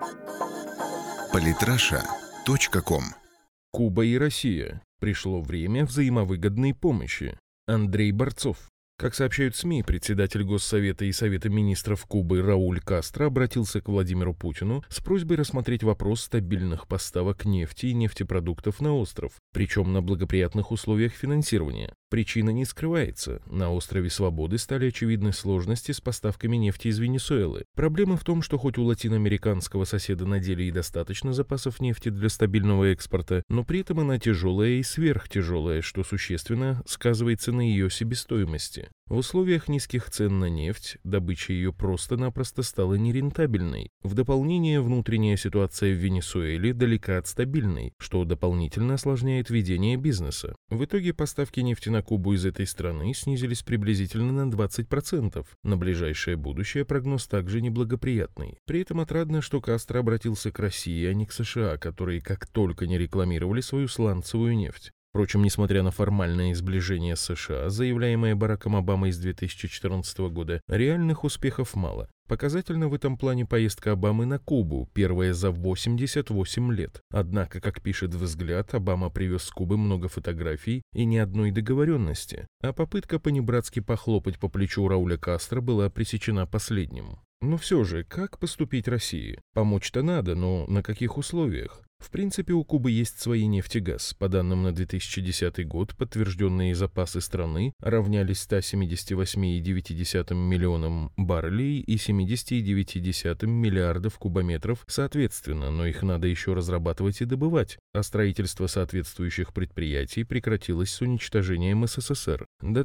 Политраша.ком. Куба и Россия. Пришло время взаимовыгодной помощи. Андрей Борцов. Как сообщают СМИ, председатель Госсовета и Совета министров Кубы Рауль Кастро обратился к Владимиру Путину с просьбой рассмотреть вопрос стабильных поставок нефти и нефтепродуктов на остров, причем на благоприятных условиях финансирования. Причина не скрывается. На острове Свободы стали очевидны сложности с поставками нефти из Венесуэлы. Проблема в том, что хоть у латиноамериканского соседа на деле и достаточно запасов нефти для стабильного экспорта, но при этом она тяжелая и сверхтяжелая, что существенно сказывается на ее себестоимости. В условиях низких цен на нефть добыча ее просто-напросто стала нерентабельной. В дополнение, внутренняя ситуация в Венесуэле далека от стабильной, что дополнительно осложняет ведение бизнеса. В итоге поставки нефти на Кубу из этой страны снизились приблизительно на 20%. На ближайшее будущее прогноз также неблагоприятный. При этом отрадно, что Кастро обратился к России, а не к США, которые как только не рекламировали свою сланцевую нефть. Впрочем, несмотря на формальное сближение с США, заявляемое Бараком Обамой с 2014 года, реальных успехов мало. Показательна в этом плане поездка Обамы на Кубу, первая за 88 лет. Однако, как пишет «Взгляд», Обама привез с Кубы много фотографий и ни одной договоренности, а попытка понебратски похлопать по плечу Рауля Кастро была пресечена последним. Но все же, как поступить России? Помочь-то надо, но на каких условиях? В принципе, у Кубы есть свои нефть и газ. По данным на 2010 год, подтвержденные запасы страны равнялись 178,9 миллионам баррелей и 70,9 миллиардов кубометров соответственно, но их надо еще разрабатывать и добывать, а строительство соответствующих предприятий прекратилось с уничтожением СССР. До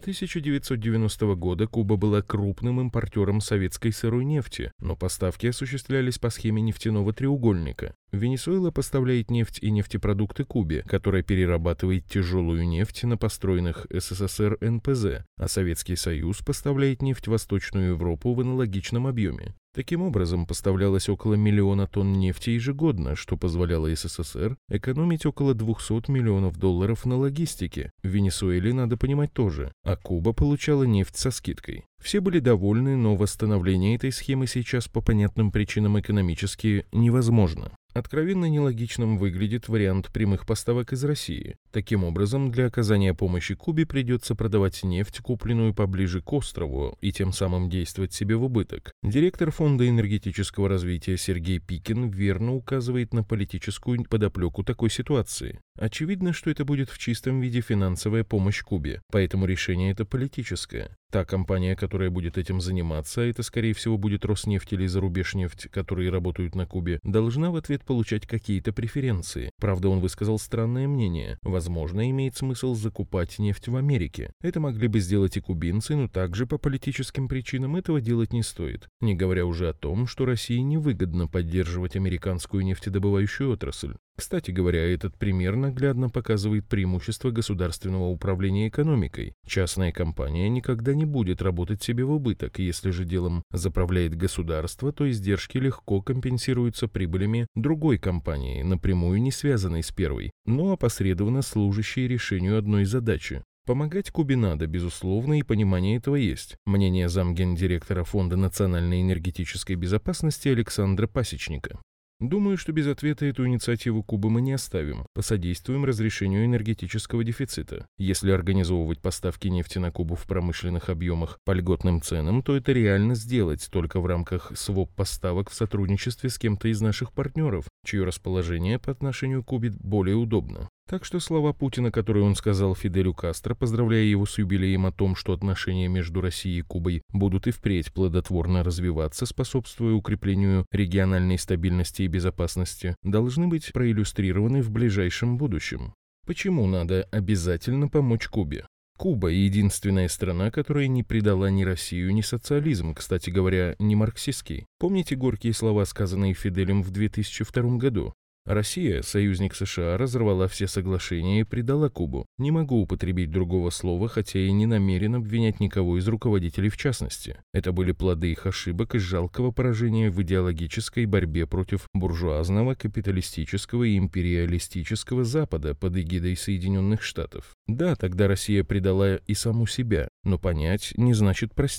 1990 года Куба была крупным импортером советской сырой нефти, но поставки осуществлялись по схеме нефтяного треугольника. Венесуэла поставляет нефть и нефтепродукты Кубе, которая перерабатывает тяжелую нефть на построенных СССР НПЗ, а Советский Союз поставляет нефть в Восточную Европу в аналогичном объеме. Таким образом, поставлялось около 1 миллиона тонн нефти ежегодно, что позволяло СССР экономить около $200 миллионов на логистике. В Венесуэле надо понимать тоже, а Куба получала нефть со скидкой. Все были довольны, но восстановление этой схемы сейчас по понятным причинам экономически невозможно. Откровенно нелогичным выглядит вариант прямых поставок из России. Таким образом, для оказания помощи Кубе придется продавать нефть, купленную поближе к острову, и тем самым действовать себе в убыток. Директор Фонда энергетического развития Сергей Пикин верно указывает на политическую подоплеку такой ситуации. Очевидно, что это будет в чистом виде финансовая помощь Кубе, поэтому решение это политическое. Та компания, которая будет этим заниматься, это скорее всего будет Роснефть или Зарубежнефть, которые работают на Кубе, должна в ответ получать какие-то преференции. Правда, он высказал странное мнение. Возможно, имеет смысл закупать нефть в Америке. Это могли бы сделать и кубинцы, но также по политическим причинам этого делать не стоит. Не говоря уже о том, что России невыгодно поддерживать американскую нефтедобывающую отрасль. Кстати говоря, этот пример наглядно показывает преимущество государственного управления экономикой. Частная компания никогда не будет работать себе в убыток, если же делом заправляет государство, то издержки легко компенсируются прибылями другой компании, напрямую не связанной с первой, но опосредованно служащей решению одной задачи. Помогать Кубе надо, безусловно, и понимание этого есть. Мнение замгендиректора Фонда национальной энергетической безопасности Александра Пасечника. Думаю, что без ответа эту инициативу Кубы мы не оставим. Посодействуем разрешению энергетического дефицита. Если организовывать поставки нефти на Кубу в промышленных объемах по льготным ценам, то это реально сделать только в рамках своп-поставок в сотрудничестве с кем-то из наших партнеров, чье расположение по отношению к Кубе более удобно. Так что слова Путина, которые он сказал Фиделю Кастро, поздравляя его с юбилеем о том, что отношения между Россией и Кубой будут и впредь плодотворно развиваться, способствуя укреплению региональной стабильности и безопасности, должны быть проиллюстрированы в ближайшем будущем. Почему надо обязательно помочь Кубе? Куба – единственная страна, которая не предала ни Россию, ни социализм, кстати говоря, ни марксистский. Помните горькие слова, сказанные Фиделем в 2002 году? Россия, союзник США, разорвала все соглашения и предала Кубу. Не могу употребить другого слова, хотя и не намерен обвинять никого из руководителей в частности. Это были плоды их ошибок и жалкого поражения в идеологической борьбе против буржуазного, капиталистического и империалистического Запада под эгидой Соединенных Штатов. Да, тогда Россия предала и саму себя, но понять не значит простить.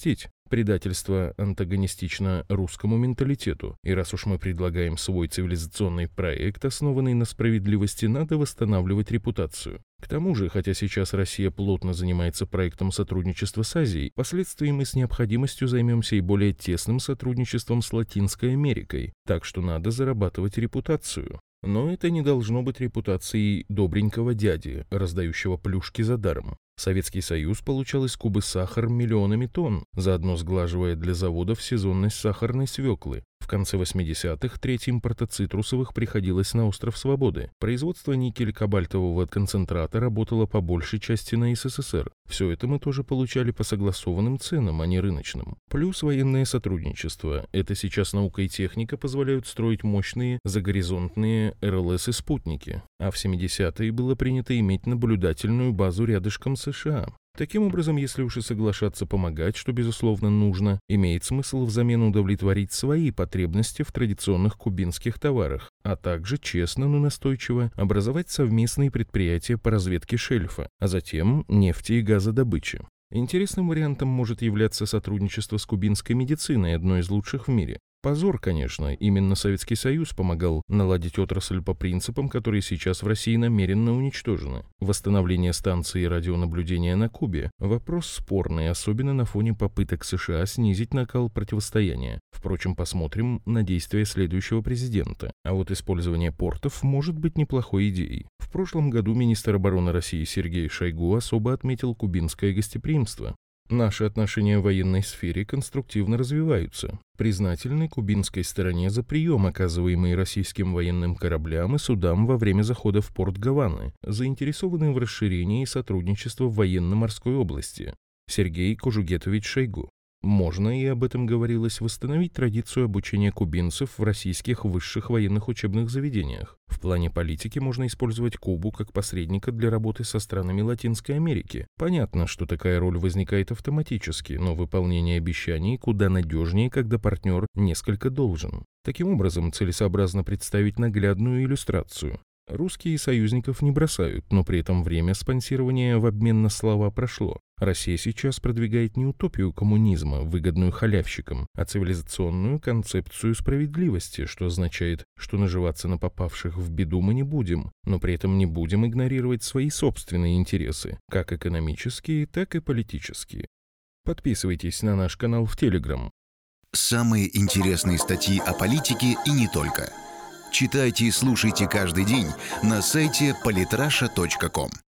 Предательство антагонистично русскому менталитету, и раз уж мы предлагаем свой цивилизационный проект, основанный на справедливости, надо восстанавливать репутацию. К тому же, хотя сейчас Россия плотно занимается проектом сотрудничества с Азией, впоследствии мы с необходимостью займемся и более тесным сотрудничеством с Латинской Америкой, так что надо зарабатывать репутацию. Но это не должно быть репутацией добренького дяди, раздающего плюшки за даром. Советский Союз получал из Кубы сахар миллионами тонн, заодно сглаживая для заводов сезонность сахарной свеклы. В конце 80-х треть импорта цитрусовых приходилось на остров Свободы. Производство никель-кобальтового концентрата работало по большей части на СССР. Все это мы тоже получали по согласованным ценам, а не рыночным. Плюс военное сотрудничество. Это сейчас наука и техника позволяют строить мощные загоризонтные РЛС и спутники. А в 70-е было принято иметь наблюдательную базу рядышком с США. Таким образом, если уж и соглашаться помогать, что, безусловно, нужно, имеет смысл взамен удовлетворить свои потребности в традиционных кубинских товарах, а также честно, но настойчиво образовать совместные предприятия по разведке шельфа, а затем нефти и газодобычи. Интересным вариантом может являться сотрудничество с кубинской медициной, одной из лучших в мире. Позор, конечно, именно Советский Союз помогал наладить отрасль по принципам, которые сейчас в России намеренно уничтожены. Восстановление станции радионаблюдения на Кубе – вопрос спорный, особенно на фоне попыток США снизить накал противостояния. Впрочем, посмотрим на действия следующего президента. А вот использование портов может быть неплохой идеей. В прошлом году министр обороны России Сергей Шойгу особо отметил кубинское гостеприимство. Наши отношения в военной сфере конструктивно развиваются. Признательны кубинской стороне за прием, оказываемый российским военным кораблям и судам во время захода в порт Гаваны, заинтересованы в расширении сотрудничества в военно-морской области. Сергей Кожугетович Шойгу. Можно, и об этом говорилось, восстановить традицию обучения кубинцев в российских высших военных учебных заведениях. В плане политики можно использовать Кубу как посредника для работы со странами Латинской Америки. Понятно, что такая роль возникает автоматически, но выполнение обещаний куда надежнее, когда партнер несколько должен. Таким образом, целесообразно представить наглядную иллюстрацию. Русские союзников не бросают, но при этом время спонсирования в обмен на слова прошло. Россия сейчас продвигает не утопию коммунизма, выгодную халявщикам, а цивилизационную концепцию справедливости, что означает, что наживаться на попавших в беду мы не будем, но при этом не будем игнорировать свои собственные интересы, как экономические, так и политические. Подписывайтесь на наш канал в Telegram. Самые интересные статьи о политике и не только. Читайте и слушайте каждый день на сайте polytrasha.com.